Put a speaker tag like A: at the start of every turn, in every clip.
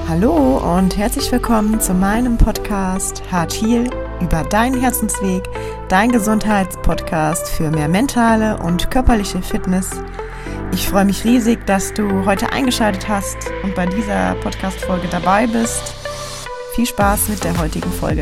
A: Hallo und herzlich willkommen zu meinem Podcast Heart Heal über deinen Herzensweg, dein Gesundheitspodcast für mehr mentale und körperliche Fitness. Ich freue mich riesig, dass du heute eingeschaltet hast und bei dieser Podcast-Folge dabei bist. Viel Spaß mit der heutigen Folge.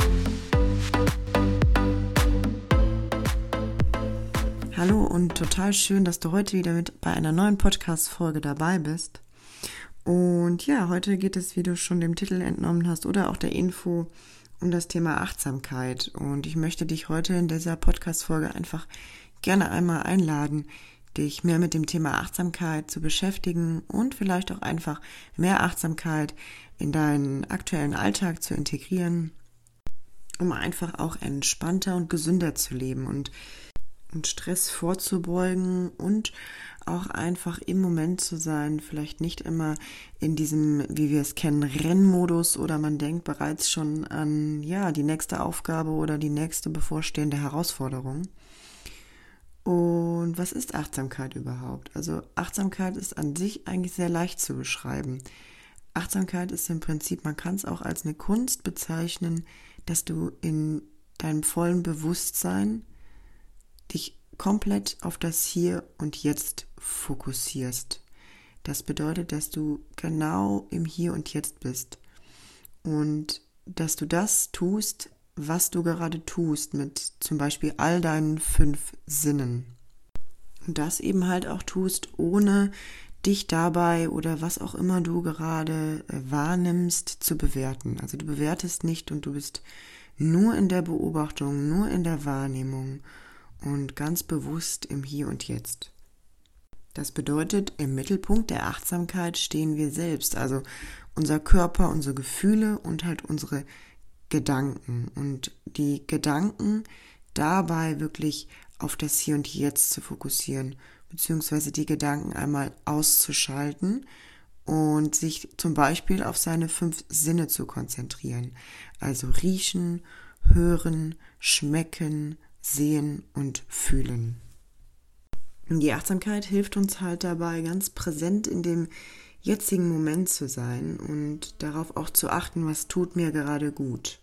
A: Hallo und total schön, dass du heute wieder bei einer neuen Podcast-Folge dabei bist. Und ja, heute geht es, wie du schon dem Titel entnommen hast oder auch der Info, um das Thema Achtsamkeit. Und ich möchte dich heute in dieser Podcast-Folge einfach gerne einmal einladen, dich mehr mit dem Thema Achtsamkeit zu beschäftigen und vielleicht auch einfach mehr Achtsamkeit in deinen aktuellen Alltag zu integrieren, um einfach auch entspannter und gesünder zu leben und Stress vorzubeugen und auch einfach im Moment zu sein, vielleicht nicht immer in diesem, wie wir es kennen, Rennmodus oder man denkt bereits schon an die nächste Aufgabe oder die nächste bevorstehende Herausforderung. Und was ist Achtsamkeit überhaupt? Also Achtsamkeit ist an sich eigentlich sehr leicht zu beschreiben. Achtsamkeit ist im Prinzip, man kann es auch als eine Kunst bezeichnen, dass du in deinem vollen Bewusstsein dich komplett auf das Hier und Jetzt fokussierst. Das bedeutet, dass du genau im Hier und Jetzt bist und dass du das tust, was du gerade tust, mit zum Beispiel all deinen 5 Sinnen. Und das eben halt auch tust, ohne dich dabei oder was auch immer du gerade wahrnimmst, zu bewerten. Also du bewertest nicht und du bist nur in der Beobachtung, nur in der Wahrnehmung und ganz bewusst im Hier und Jetzt. Das bedeutet, im Mittelpunkt der Achtsamkeit stehen wir selbst, also unser Körper, unsere Gefühle und halt unsere Gedanken. Und die Gedanken dabei wirklich auf das Hier und Jetzt zu fokussieren, beziehungsweise die Gedanken einmal auszuschalten und sich zum Beispiel auf seine 5 Sinne zu konzentrieren. Also riechen, hören, schmecken, sehen und fühlen. Die Achtsamkeit hilft uns halt dabei, ganz präsent in dem jetzigen Moment zu sein und darauf auch zu achten, was tut mir gerade gut.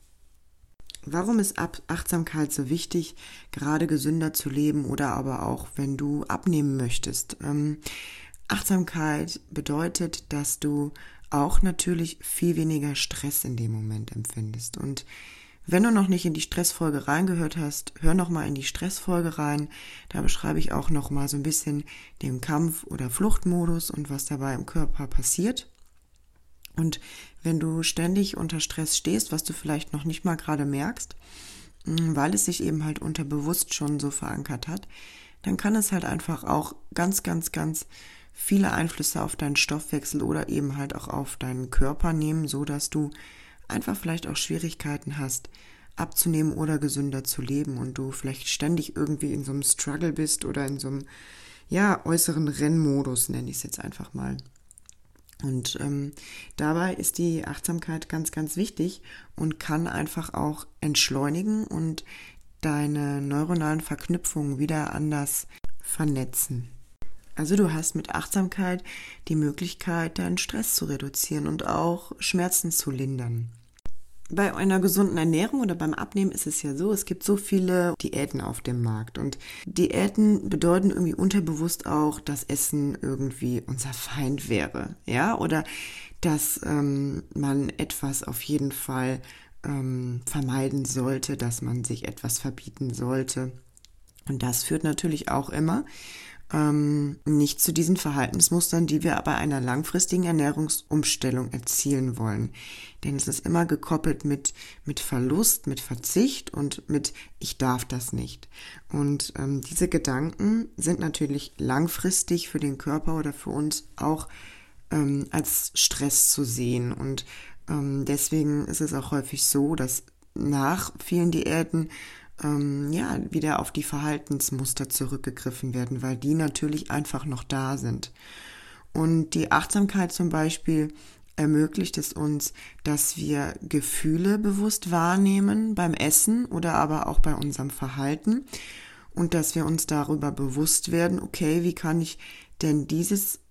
A: Warum ist Achtsamkeit so wichtig, gerade gesünder zu leben oder aber auch, wenn du abnehmen möchtest? Achtsamkeit bedeutet, dass du auch natürlich viel weniger Stress in dem Moment empfindest. Und wenn du noch nicht in die Stressfolge reingehört hast, hör nochmal in die Stressfolge rein. Da beschreibe ich auch nochmal so ein bisschen den Kampf- oder Fluchtmodus und was dabei im Körper passiert. Und wenn du ständig unter Stress stehst, was du vielleicht noch nicht mal gerade merkst, weil es sich eben halt unterbewusst schon so verankert hat, dann kann es halt einfach auch ganz, ganz, ganz viele Einflüsse auf deinen Stoffwechsel oder eben halt auch auf deinen Körper nehmen, so dass du einfach vielleicht auch Schwierigkeiten hast, abzunehmen oder gesünder zu leben und du vielleicht ständig irgendwie in so einem Struggle bist oder in so einem, äußeren Rennmodus, nenne ich es jetzt einfach mal. Und dabei ist die Achtsamkeit ganz, ganz wichtig und kann einfach auch entschleunigen und deine neuronalen Verknüpfungen wieder anders vernetzen. Also du hast mit Achtsamkeit die Möglichkeit, deinen Stress zu reduzieren und auch Schmerzen zu lindern. Bei einer gesunden Ernährung oder beim Abnehmen ist es ja so, es gibt so viele Diäten auf dem Markt und Diäten bedeuten irgendwie unterbewusst auch, dass Essen irgendwie unser Feind wäre, oder dass man etwas auf jeden Fall vermeiden sollte, dass man sich etwas verbieten sollte. Und das führt natürlich auch immer nicht zu diesen Verhaltensmustern, die wir bei einer langfristigen Ernährungsumstellung erzielen wollen. Denn es ist immer gekoppelt mit Verlust, mit Verzicht und mit ich darf das nicht. Und diese Gedanken sind natürlich langfristig für den Körper oder für uns auch als Stress zu sehen. Und deswegen ist es auch häufig so, dass nach vielen Diäten wieder auf die Verhaltensmuster zurückgegriffen werden, weil die natürlich einfach noch da sind. Und die Achtsamkeit zum Beispiel ermöglicht es uns, dass wir Gefühle bewusst wahrnehmen beim Essen oder aber auch bei unserem Verhalten und dass wir uns darüber bewusst werden, okay, wie kann ich denn dieses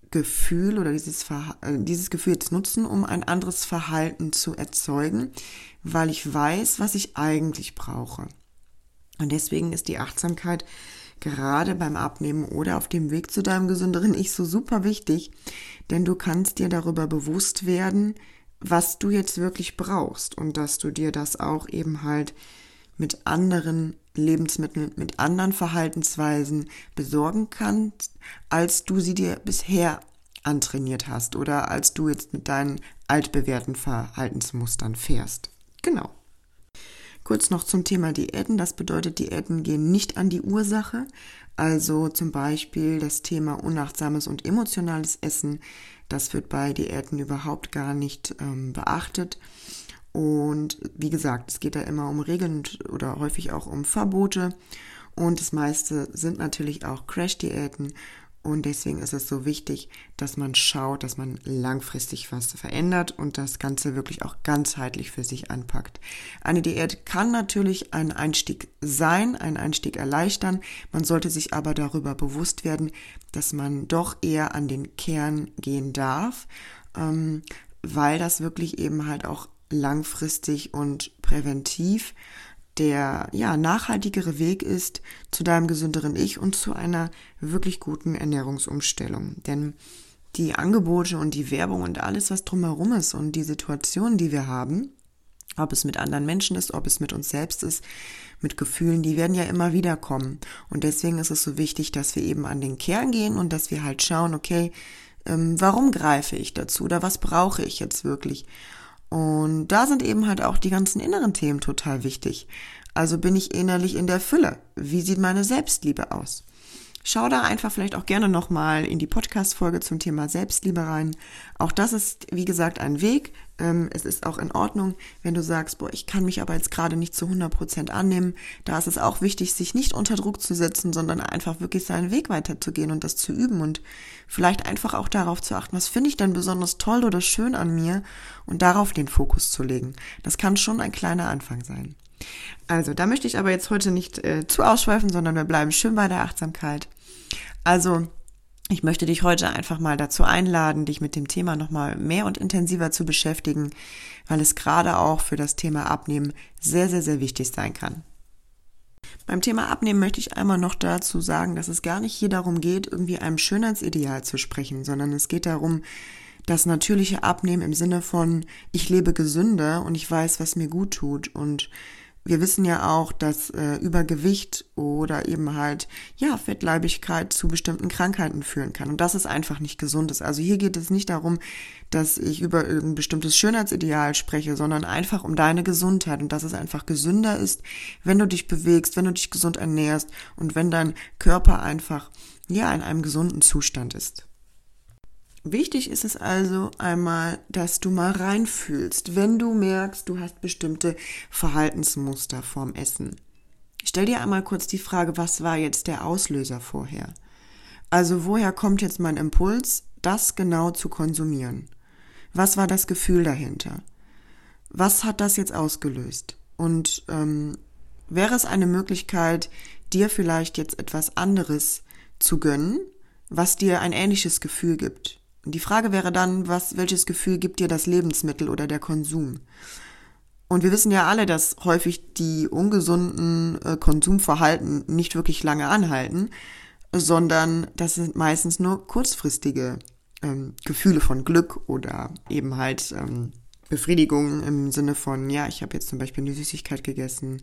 A: Gefühl oder dieses Gefühl jetzt nutzen, um ein anderes Verhalten zu erzeugen, weil ich weiß, was ich eigentlich brauche. Und deswegen ist die Achtsamkeit gerade beim Abnehmen oder auf dem Weg zu deinem gesünderen Ich so super wichtig, denn du kannst dir darüber bewusst werden, was du jetzt wirklich brauchst und dass du dir das auch eben halt mit anderen Lebensmitteln, mit anderen Verhaltensweisen besorgen kannst, als du sie dir bisher antrainiert hast oder als du jetzt mit deinen altbewährten Verhaltensmustern fährst. Genau. Kurz noch zum Thema Diäten. Das bedeutet, Diäten gehen nicht an die Ursache. Also zum Beispiel das Thema unachtsames und emotionales Essen. Das wird bei Diäten überhaupt gar nicht beachtet. Und wie gesagt, es geht da immer um Regeln oder häufig auch um Verbote. Und das meiste sind natürlich auch Crash-Diäten. Und deswegen ist es so wichtig, dass man schaut, dass man langfristig was verändert und das Ganze wirklich auch ganzheitlich für sich anpackt. Eine Diät kann natürlich ein Einstieg sein, einen Einstieg erleichtern. Man sollte sich aber darüber bewusst werden, dass man doch eher an den Kern gehen darf, weil das wirklich eben halt auch langfristig und präventiv der nachhaltigere Weg ist zu deinem gesünderen Ich und zu einer wirklich guten Ernährungsumstellung. Denn die Angebote und die Werbung und alles, was drumherum ist und die Situationen, die wir haben, ob es mit anderen Menschen ist, ob es mit uns selbst ist, mit Gefühlen, die werden ja immer wieder kommen. Und deswegen ist es so wichtig, dass wir eben an den Kern gehen und dass wir halt schauen, okay, warum greife ich dazu oder was brauche ich jetzt wirklich? Und da sind eben halt auch die ganzen inneren Themen total wichtig. Also bin ich innerlich in der Fülle? Wie sieht meine Selbstliebe aus? Schau da einfach vielleicht auch gerne nochmal in die Podcast-Folge zum Thema Selbstliebe rein. Auch das ist, wie gesagt, ein Weg. Es ist auch in Ordnung, wenn du sagst, ich kann mich aber jetzt gerade nicht zu 100% annehmen. Da ist es auch wichtig, sich nicht unter Druck zu setzen, sondern einfach wirklich seinen Weg weiterzugehen und das zu üben und vielleicht einfach auch darauf zu achten, was finde ich denn besonders toll oder schön an mir und darauf den Fokus zu legen. Das kann schon ein kleiner Anfang sein. Also, da möchte ich aber jetzt heute nicht zu ausschweifen, sondern wir bleiben schön bei der Achtsamkeit. Also, ich möchte dich heute einfach mal dazu einladen, dich mit dem Thema nochmal mehr und intensiver zu beschäftigen, weil es gerade auch für das Thema Abnehmen sehr, sehr, sehr wichtig sein kann. Beim Thema Abnehmen möchte ich einmal noch dazu sagen, dass es gar nicht hier darum geht, irgendwie einem Schönheitsideal zu sprechen, sondern es geht darum, das natürliche Abnehmen im Sinne von, ich lebe gesünder und ich weiß, was mir gut tut. Und wir wissen ja auch, dass Übergewicht oder eben halt Fettleibigkeit zu bestimmten Krankheiten führen kann. Und das ist einfach nicht gesund. Also hier geht es nicht darum, dass ich über irgendein bestimmtes Schönheitsideal spreche, sondern einfach um deine Gesundheit und dass es einfach gesünder ist, wenn du dich bewegst, wenn du dich gesund ernährst und wenn dein Körper einfach in einem gesunden Zustand ist. Wichtig ist es also einmal, dass du mal reinfühlst, wenn du merkst, du hast bestimmte Verhaltensmuster vorm Essen. Stell dir einmal kurz die Frage, was war jetzt der Auslöser vorher? Also woher kommt jetzt mein Impuls, das genau zu konsumieren? Was war das Gefühl dahinter? Was hat das jetzt ausgelöst? Und wäre es eine Möglichkeit, dir vielleicht jetzt etwas anderes zu gönnen, was dir ein ähnliches Gefühl gibt? Die Frage wäre dann, welches Gefühl gibt dir das Lebensmittel oder der Konsum? Und wir wissen ja alle, dass häufig die ungesunden Konsumverhalten nicht wirklich lange anhalten, sondern das sind meistens nur kurzfristige Gefühle von Glück oder eben halt Befriedigung im Sinne von, ich habe jetzt zum Beispiel eine Süßigkeit gegessen.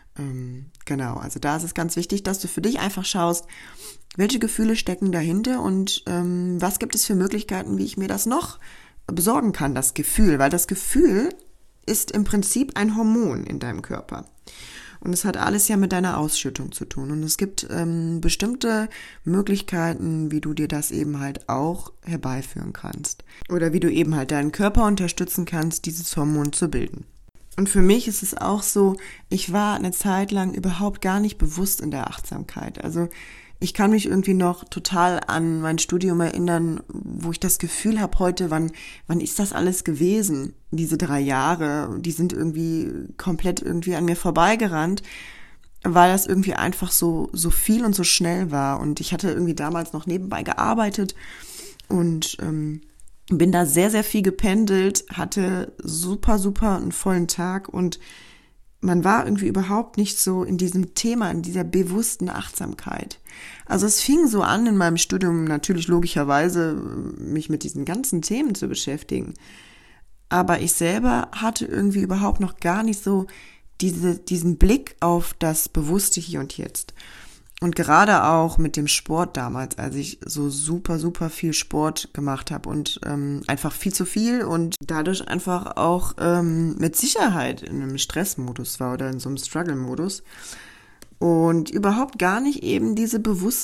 A: Genau, also da ist es ganz wichtig, dass du für dich einfach schaust, welche Gefühle stecken dahinter und was gibt es für Möglichkeiten, wie ich mir das noch besorgen kann, das Gefühl. Weil das Gefühl ist im Prinzip ein Hormon in deinem Körper. Und es hat alles ja mit deiner Ausschüttung zu tun. Und es gibt bestimmte Möglichkeiten, wie du dir das eben halt auch herbeiführen kannst. Oder wie du eben halt deinen Körper unterstützen kannst, dieses Hormon zu bilden. Und für mich ist es auch so, ich war eine Zeit lang überhaupt gar nicht bewusst in der Achtsamkeit. Also ich kann mich irgendwie noch total an mein Studium erinnern, wo ich das Gefühl habe heute, wann ist das alles gewesen? Diese 3 Jahre, die sind irgendwie komplett irgendwie an mir vorbeigerannt, weil das irgendwie einfach so viel und so schnell war. Und ich hatte irgendwie damals noch nebenbei gearbeitet und bin da sehr, sehr viel gependelt, hatte super, super einen vollen Tag und man war irgendwie überhaupt nicht so in diesem Thema, in dieser bewussten Achtsamkeit. Also es fing so an in meinem Studium natürlich logischerweise, mich mit diesen ganzen Themen zu beschäftigen. Aber ich selber hatte irgendwie überhaupt noch gar nicht so diesen Blick auf das bewusste Hier und Jetzt. Und gerade auch mit dem Sport damals, als ich so super, super viel Sport gemacht habe und einfach viel zu viel und dadurch einfach auch mit Sicherheit in einem Stressmodus war oder in so einem Struggle-Modus und überhaupt gar nicht eben diese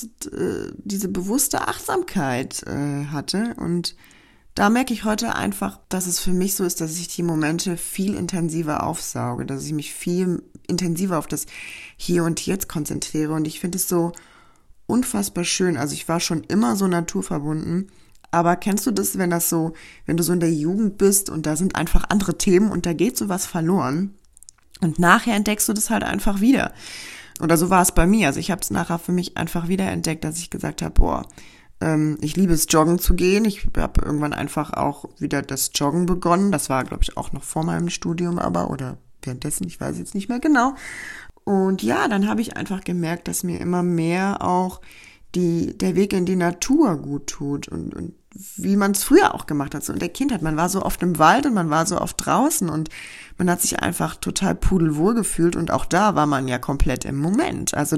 A: bewusste Achtsamkeit hatte. Und da merke ich heute einfach, dass es für mich so ist, dass ich die Momente viel intensiver aufsauge, dass ich mich viel intensiver auf das Hier und Jetzt konzentriere. Und ich finde es so unfassbar schön. Also ich war schon immer so naturverbunden. Aber kennst du das, wenn du so in der Jugend bist und da sind einfach andere Themen und da geht sowas verloren und nachher entdeckst du das halt einfach wieder. Oder so war es bei mir. Also ich habe es nachher für mich einfach wieder entdeckt, dass ich gesagt habe, boah, ich liebe es, joggen zu gehen. Ich habe irgendwann einfach auch wieder das Joggen begonnen. Das war, glaube ich, auch noch vor meinem Studium oder währenddessen, ich weiß jetzt nicht mehr genau. Und ja, dann habe ich einfach gemerkt, dass mir immer mehr auch der Weg in die Natur gut tut und wie man es früher auch gemacht hat, so in der Kindheit. Man war so oft im Wald und man war so oft draußen und man hat sich einfach total pudelwohl gefühlt und auch da war man ja komplett im Moment. Also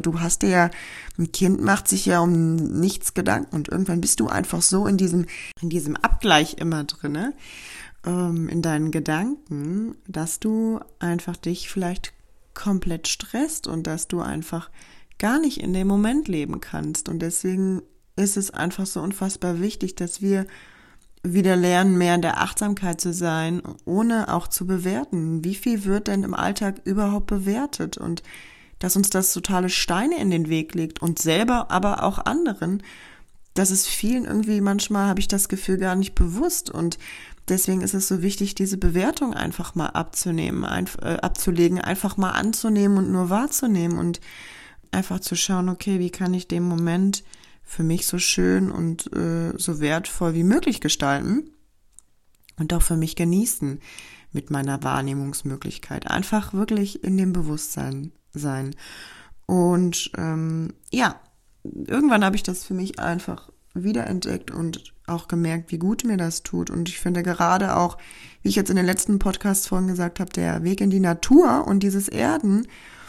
A: ein Kind macht sich ja um nichts Gedanken und irgendwann bist du einfach so in diesem Abgleich immer drinne, in deinen Gedanken, dass du einfach dich vielleicht komplett stresst und dass du einfach gar nicht in dem Moment leben kannst. Und deswegen ist es einfach so unfassbar wichtig, dass wir wieder lernen, mehr in der Achtsamkeit zu sein, ohne auch zu bewerten. Wie viel wird denn im Alltag überhaupt bewertet? Und dass uns das totale Steine in den Weg legt und selber, aber auch anderen. Das ist vielen irgendwie, manchmal habe ich das Gefühl, gar nicht bewusst. Und deswegen ist es so wichtig, diese Bewertung einfach mal abzulegen, einfach mal anzunehmen und nur wahrzunehmen und einfach zu schauen, okay, wie kann ich den Moment für mich so schön und so wertvoll wie möglich gestalten und auch für mich genießen mit meiner Wahrnehmungsmöglichkeit. Einfach wirklich in dem Bewusstsein sein. Und ja, irgendwann habe ich das für mich einfach wiederentdeckt und auch gemerkt, wie gut mir das tut. Und ich finde gerade auch, wie ich jetzt in den letzten Podcast-Folgen gesagt habe, der Weg in die Natur und dieses Erden,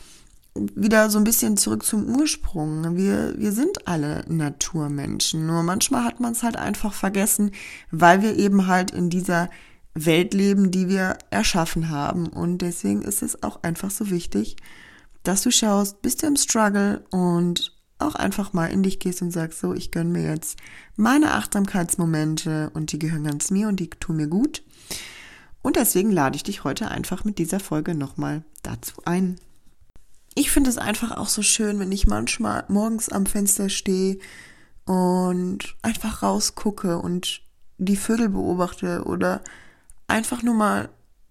A: wieder so ein bisschen zurück zum Ursprung. Wir sind alle Naturmenschen. Nur manchmal hat man es halt einfach vergessen, weil wir eben halt in dieser Welt leben, die wir erschaffen haben. Und deswegen ist es auch einfach so wichtig, dass du schaust, bist du im Struggle und auch einfach mal in dich gehst und sagst, so, ich gönne mir jetzt meine Achtsamkeitsmomente und die gehören ganz mir und die tun mir gut. Und deswegen lade ich dich heute einfach mit dieser Folge nochmal dazu ein. Ich finde es einfach auch so schön, wenn ich manchmal morgens am Fenster stehe und einfach rausgucke und die Vögel beobachte oder einfach nur mal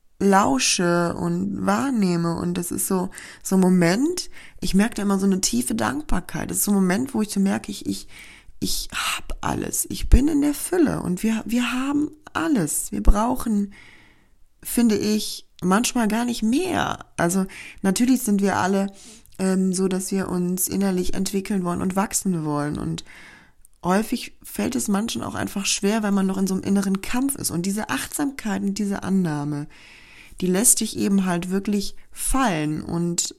A: lausche und wahrnehme. Und das ist so ein Moment, ich merke da immer so eine tiefe Dankbarkeit. Das ist so ein Moment, wo ich so merke, ich habe alles. Ich bin in der Fülle und wir haben alles. Wir brauchen, finde ich, manchmal gar nicht mehr. Also natürlich sind wir alle so, dass wir uns innerlich entwickeln wollen und wachsen wollen. Und häufig fällt es manchen auch einfach schwer, weil man noch in so einem inneren Kampf ist. Und diese Achtsamkeit und diese Annahme, die lässt dich eben halt wirklich fallen und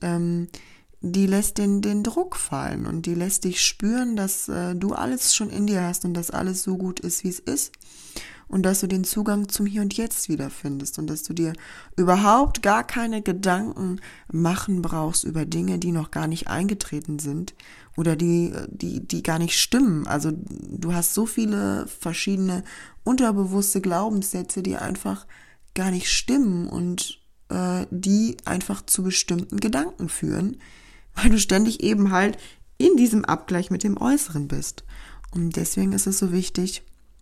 A: die lässt den Druck fallen und die lässt dich spüren, dass du alles schon in dir hast und dass alles so gut ist, wie es ist. Und dass du den Zugang zum Hier und Jetzt wiederfindest und dass du dir überhaupt gar keine Gedanken machen brauchst über Dinge, die noch gar nicht eingetreten sind oder die gar nicht stimmen. Also du hast so viele verschiedene unterbewusste Glaubenssätze, die einfach gar nicht stimmen und die einfach zu bestimmten Gedanken führen, weil du ständig eben halt in diesem Abgleich mit dem Äußeren bist. Und deswegen ist es so wichtig,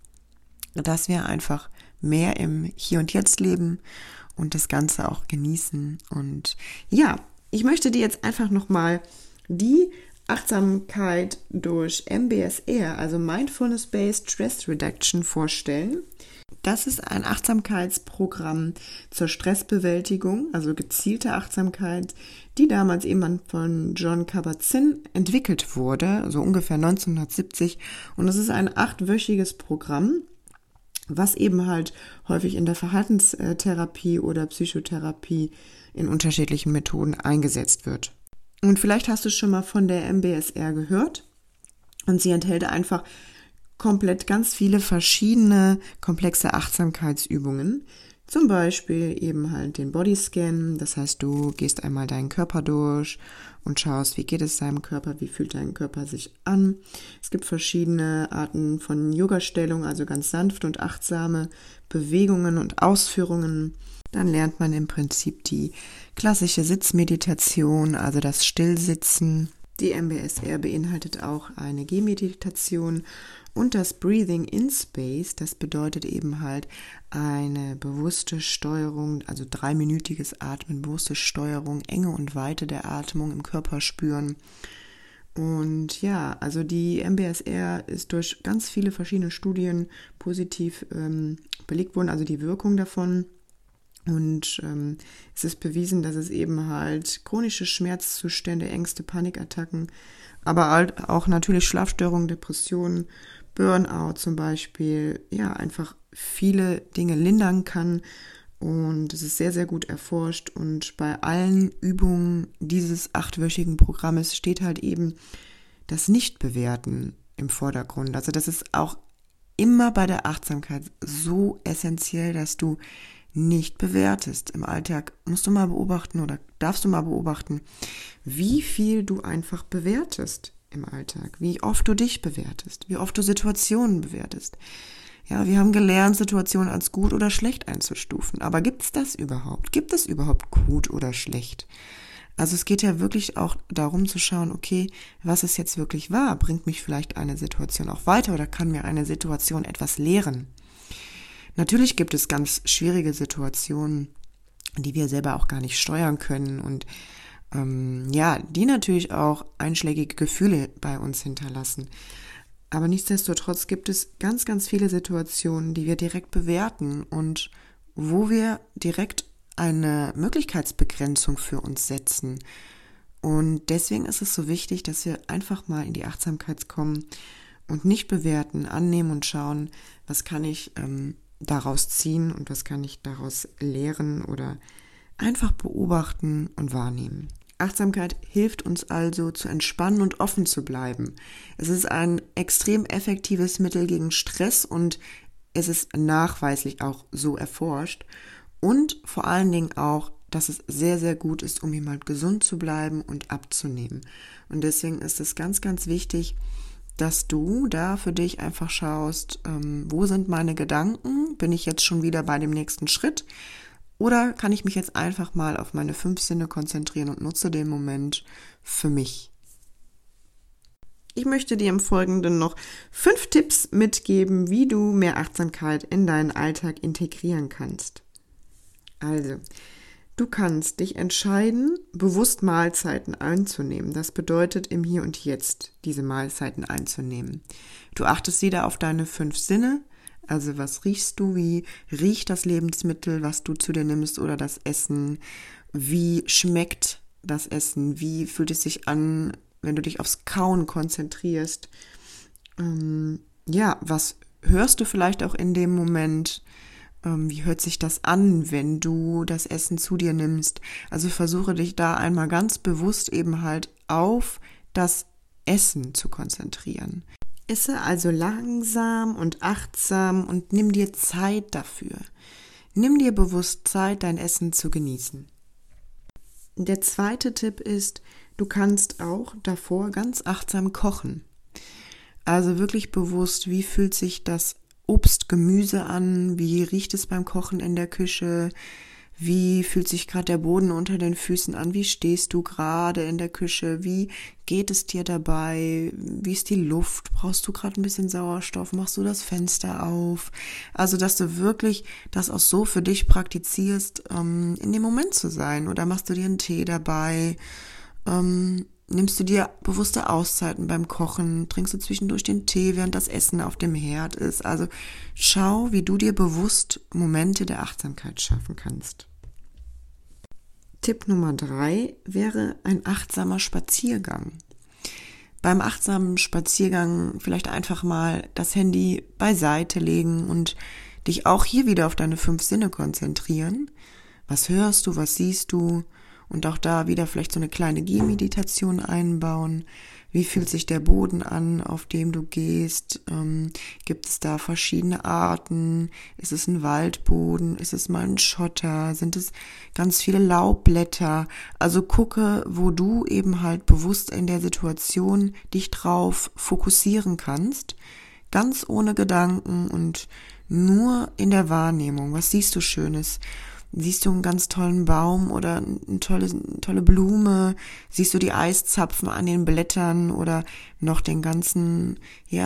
A: dass wir einfach mehr im Hier und Jetzt leben und das Ganze auch genießen. Und ja, ich möchte dir jetzt einfach nochmal die Achtsamkeit durch MBSR, also Mindfulness-Based Stress Reduction, vorstellen. Das ist ein Achtsamkeitsprogramm zur Stressbewältigung, also gezielte Achtsamkeit, die damals eben von Jon Kabat-Zinn entwickelt wurde, so ungefähr 1970. Und es ist ein 8-wöchiges Programm, was eben halt häufig in der Verhaltenstherapie oder Psychotherapie in unterschiedlichen Methoden eingesetzt wird. Und vielleicht hast du schon mal von der MBSR gehört. Und sie enthält einfach komplett ganz viele verschiedene komplexe Achtsamkeitsübungen. Zum Beispiel eben halt den Bodyscan. Das heißt, du gehst einmal deinen Körper durch und schaust, wie geht es deinem Körper, wie fühlt dein Körper sich an. Es gibt verschiedene Arten von Yoga-Stellung, also ganz sanfte und achtsame Bewegungen und Ausführungen. Dann lernt man im Prinzip die klassische Sitzmeditation, also das Stillsitzen. Die MBSR beinhaltet auch eine Gehmeditation und das Breathing in Space. Das bedeutet eben halt eine bewusste Steuerung, also 3-minütiges Atmen, bewusste Steuerung, Enge und Weite der Atmung im Körper spüren. Und ja, also die MBSR ist durch ganz viele verschiedene Studien positiv belegt worden, also die Wirkung davon. Und es ist bewiesen, dass es eben halt chronische Schmerzzustände, Ängste, Panikattacken, aber halt auch natürlich Schlafstörungen, Depressionen, Burnout zum Beispiel, ja, einfach viele Dinge lindern kann. Und es ist sehr, sehr gut erforscht. Und bei allen Übungen dieses 8-wöchigen Programmes steht halt eben das Nichtbewerten im Vordergrund. Also das ist auch immer bei der Achtsamkeit so essentiell, dass du nicht bewertest. Im Alltag musst du mal beobachten oder darfst du mal beobachten, wie viel du einfach bewertest im Alltag, wie oft du dich bewertest, wie oft du Situationen bewertest. Ja, wir haben gelernt, Situationen als gut oder schlecht einzustufen. Aber gibt es das überhaupt? Gibt es überhaupt gut oder schlecht? Also es geht ja wirklich auch darum zu schauen, okay, was ist jetzt wirklich wahr? Bringt mich vielleicht eine Situation auch weiter oder kann mir eine Situation etwas lehren? Natürlich gibt es ganz schwierige Situationen, die wir selber auch gar nicht steuern können und die natürlich auch einschlägige Gefühle bei uns hinterlassen. Aber nichtsdestotrotz gibt es ganz, ganz viele Situationen, die wir direkt bewerten und wo wir direkt eine Möglichkeitsbegrenzung für uns setzen. Und deswegen ist es so wichtig, dass wir einfach mal in die Achtsamkeit kommen und nicht bewerten, annehmen und schauen, was kann ich daraus ziehen und was kann ich daraus lehren oder einfach beobachten und wahrnehmen. Achtsamkeit hilft uns also zu entspannen und offen zu bleiben. Es ist ein extrem effektives Mittel gegen Stress und es ist nachweislich auch so erforscht und vor allen Dingen auch, dass es sehr, sehr gut ist, um jemand gesund zu bleiben und abzunehmen. Und deswegen ist es ganz, ganz wichtig, dass du da für dich einfach schaust, wo sind meine Gedanken? Bin ich jetzt schon wieder bei dem nächsten Schritt? Oder kann ich mich jetzt einfach mal auf meine 5 Sinne konzentrieren und nutze den Moment für mich? Ich möchte dir im Folgenden noch 5 Tipps mitgeben, wie du mehr Achtsamkeit in deinen Alltag integrieren kannst. Also, du kannst dich entscheiden, bewusst Mahlzeiten einzunehmen. Das bedeutet, im Hier und Jetzt diese Mahlzeiten einzunehmen. Du achtest wieder auf deine 5 Sinne. Also was riechst du, wie riecht das Lebensmittel, was du zu dir nimmst oder das Essen? Wie schmeckt das Essen? Wie fühlt es sich an, wenn du dich aufs Kauen konzentrierst? Was hörst du vielleicht auch in dem Moment? Wie hört sich das an, wenn du das Essen zu dir nimmst? Also versuche dich da einmal ganz bewusst eben halt auf das Essen zu konzentrieren. Esse also langsam und achtsam und nimm dir Zeit dafür. Nimm dir bewusst Zeit, dein Essen zu genießen. Der zweite Tipp ist, du kannst auch davor ganz achtsam kochen. Also wirklich bewusst, wie fühlt sich das Obst, Gemüse an, wie riecht es beim Kochen in der Küche, wie fühlt sich gerade der Boden unter den Füßen an, wie stehst du gerade in der Küche, wie geht es dir dabei, wie ist die Luft, brauchst du gerade ein bisschen Sauerstoff, machst du das Fenster auf, also dass du wirklich das auch so für dich praktizierst, in dem Moment zu sein oder machst du dir einen Tee dabei, Nimmst du dir bewusste Auszeiten beim Kochen? Trinkst du zwischendurch den Tee, während das Essen auf dem Herd ist? Also schau, wie du dir bewusst Momente der Achtsamkeit schaffen kannst. Tipp Nummer 3 wäre ein achtsamer Spaziergang. Beim achtsamen Spaziergang vielleicht einfach mal das Handy beiseite legen und dich auch hier wieder auf deine 5 Sinne konzentrieren. Was hörst du, was siehst du? Und auch da wieder vielleicht so eine kleine Gehmeditation einbauen. Wie fühlt sich der Boden an, auf dem du gehst? Gibt es da verschiedene Arten? Ist es ein Waldboden? Ist es mal ein Schotter? Sind es ganz viele Laubblätter? Also gucke, wo du eben halt bewusst in der Situation dich drauf fokussieren kannst. Ganz ohne Gedanken und nur in der Wahrnehmung. Was siehst du Schönes? Siehst du einen ganz tollen Baum oder eine tolle Blume? Siehst du die Eiszapfen an den Blättern oder noch den ganzen,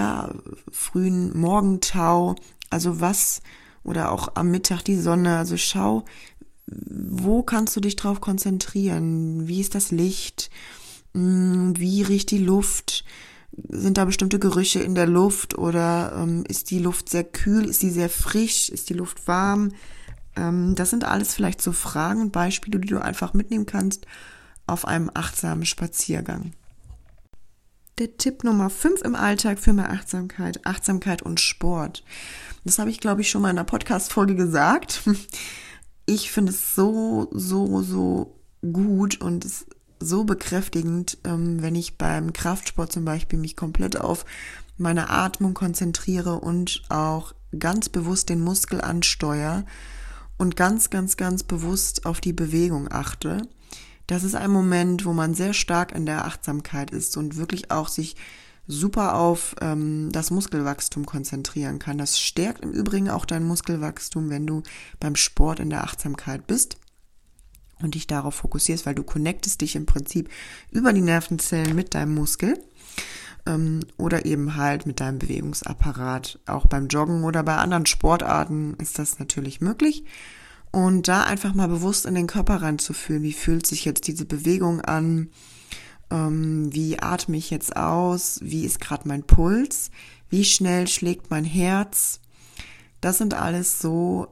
A: frühen Morgentau? Also was, oder auch am Mittag die Sonne. Also schau, wo kannst du dich drauf konzentrieren? Wie ist das Licht? Wie riecht die Luft? Sind da bestimmte Gerüche in der Luft oder ist die Luft sehr kühl? Ist sie sehr frisch? Ist die Luft warm? Das sind alles vielleicht so Fragen und Beispiele, die du einfach mitnehmen kannst auf einem achtsamen Spaziergang. Der Tipp Nummer 5 im Alltag für mehr Achtsamkeit, Achtsamkeit und Sport. Das habe ich, glaube ich, schon mal in einer Podcast-Folge gesagt. Ich finde es so gut und es so bekräftigend, wenn ich beim Kraftsport zum Beispiel mich komplett auf meine Atmung konzentriere und auch ganz bewusst den Muskel ansteuere und ganz bewusst auf die Bewegung achte. Das ist ein Moment, wo man sehr stark in der Achtsamkeit ist und wirklich auch sich super auf das Muskelwachstum konzentrieren kann. Das stärkt im Übrigen auch dein Muskelwachstum, wenn du beim Sport in der Achtsamkeit bist und dich darauf fokussierst, weil du connectest dich im Prinzip über die Nervenzellen mit deinem Muskel oder eben halt mit deinem Bewegungsapparat. Auch beim Joggen oder bei anderen Sportarten ist das natürlich möglich. Und da einfach mal bewusst in den Körper reinzufühlen, wie fühlt sich jetzt diese Bewegung an, wie atme ich jetzt aus, wie ist gerade mein Puls, wie schnell schlägt mein Herz. Das sind alles so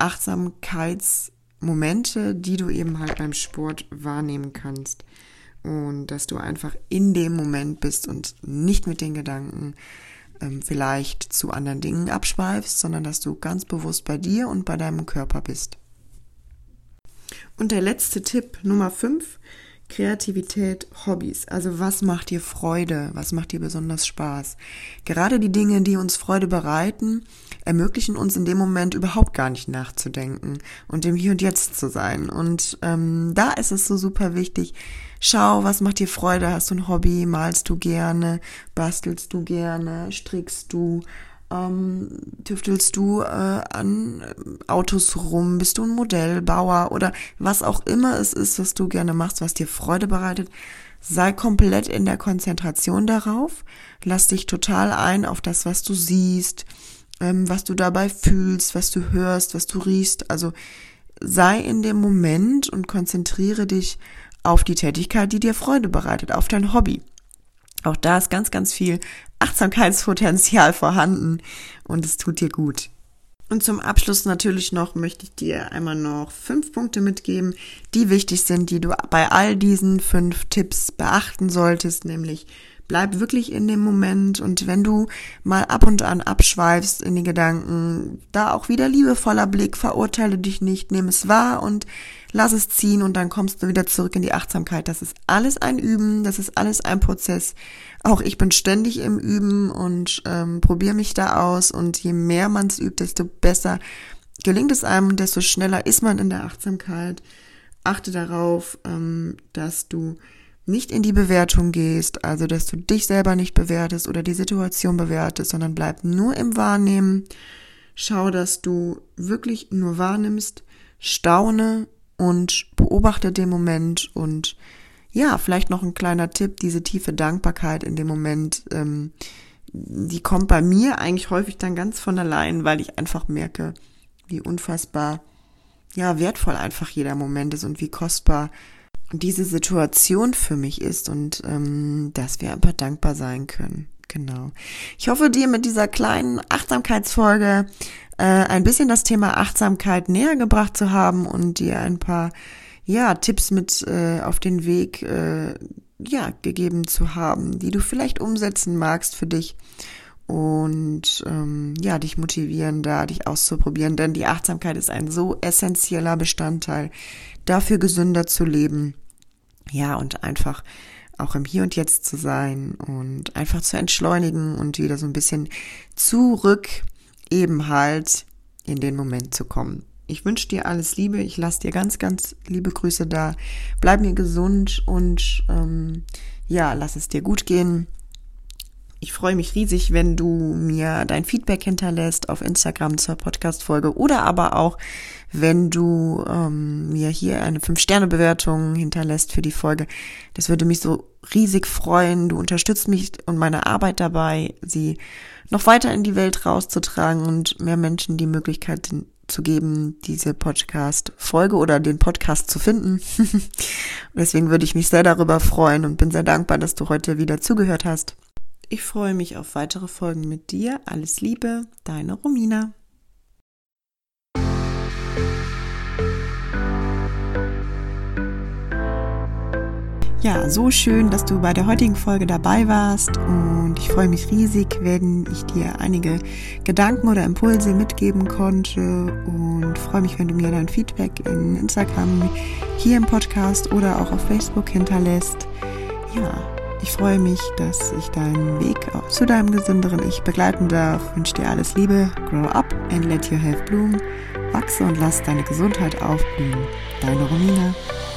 A: Achtsamkeitsmomente, die du eben halt beim Sport wahrnehmen kannst. Und dass du einfach in dem Moment bist und nicht mit den Gedanken vielleicht zu anderen Dingen abschweifst, sondern dass du ganz bewusst bei dir und bei deinem Körper bist. Und der letzte Tipp, Nummer 5, Kreativität, Hobbys. Also was macht dir Freude? Was macht dir besonders Spaß? Gerade die Dinge, die uns Freude bereiten, ermöglichen uns in dem Moment überhaupt gar nicht nachzudenken und im Hier und Jetzt zu sein. Und da ist es so super wichtig. Schau, was macht dir Freude? Hast du ein Hobby? Malst du gerne? Bastelst du gerne? Strickst du? Tüftelst du an Autos rum? Bist du ein Modellbauer? Oder was auch immer es ist, was du gerne machst, was dir Freude bereitet. Sei komplett in der Konzentration darauf. Lass dich total ein auf das, was du siehst, was du dabei fühlst, was du hörst, was du riechst. Also sei in dem Moment und konzentriere dich auf die Tätigkeit, die dir Freude bereitet, auf dein Hobby. Auch da ist ganz viel Achtsamkeitspotenzial vorhanden und es tut dir gut. Und zum Abschluss natürlich noch möchte ich dir einmal noch 5 Punkte mitgeben, die wichtig sind, die du bei all diesen 5 Tipps beachten solltest, nämlich bleib wirklich in dem Moment und wenn du mal ab und an abschweifst in die Gedanken, da auch wieder liebevoller Blick, verurteile dich nicht, nimm es wahr und lass es ziehen und dann kommst du wieder zurück in die Achtsamkeit. Das ist alles ein Üben, das ist alles ein Prozess. Auch ich bin ständig im Üben und probiere mich da aus und je mehr man es übt, desto besser gelingt es einem, desto schneller ist man in der Achtsamkeit. Achte darauf, dass du nicht in die Bewertung gehst, also dass du dich selber nicht bewertest oder die Situation bewertest, sondern bleib nur im Wahrnehmen. Schau, dass du wirklich nur wahrnimmst, staune und beobachte den Moment und ja, vielleicht noch ein kleiner Tipp, diese tiefe Dankbarkeit in dem Moment, die kommt bei mir eigentlich häufig dann ganz von allein, weil ich einfach merke, wie unfassbar, ja, wertvoll einfach jeder Moment ist und wie kostbar diese Situation für mich ist und dass wir einfach dankbar sein können. Genau. Ich hoffe, dir mit dieser kleinen Achtsamkeitsfolge ein bisschen das Thema Achtsamkeit näher gebracht zu haben und dir ein paar Tipps mit auf den Weg gegeben zu haben, die du vielleicht umsetzen magst für dich und dich motivieren, dich auszuprobieren, denn die Achtsamkeit ist ein so essentieller Bestandteil, dafür gesünder zu leben, und einfach auch im Hier und Jetzt zu sein und einfach zu entschleunigen und wieder so ein bisschen zurück eben halt in den Moment zu kommen. Ich wünsche dir alles Liebe, ich lasse dir ganz, ganz liebe Grüße da, bleib mir gesund und lass es dir gut gehen. Ich freue mich riesig, wenn du mir dein Feedback hinterlässt auf Instagram zur Podcast-Folge oder aber auch, wenn du mir hier eine 5-Sterne-Bewertung hinterlässt für die Folge. Das würde mich so riesig freuen. Du unterstützt mich und meine Arbeit dabei, sie noch weiter in die Welt rauszutragen und mehr Menschen die Möglichkeit zu geben, diese Podcast-Folge oder den Podcast zu finden. Und deswegen würde ich mich sehr darüber freuen und bin sehr dankbar, dass du heute wieder zugehört hast. Ich freue mich auf weitere Folgen mit dir. Alles Liebe, deine Romina. Ja, so schön, dass du bei der heutigen Folge dabei warst und ich freue mich riesig, wenn ich dir einige Gedanken oder Impulse mitgeben konnte und freue mich, wenn du mir dein Feedback in Instagram, hier im Podcast oder auch auf Facebook hinterlässt. Ich freue mich, dass ich deinen Weg zu deinem gesünderen Ich begleiten darf. Ich wünsche dir alles Liebe. Grow up and let your health bloom. Wachse und lass deine Gesundheit aufblühen. Deine Romina.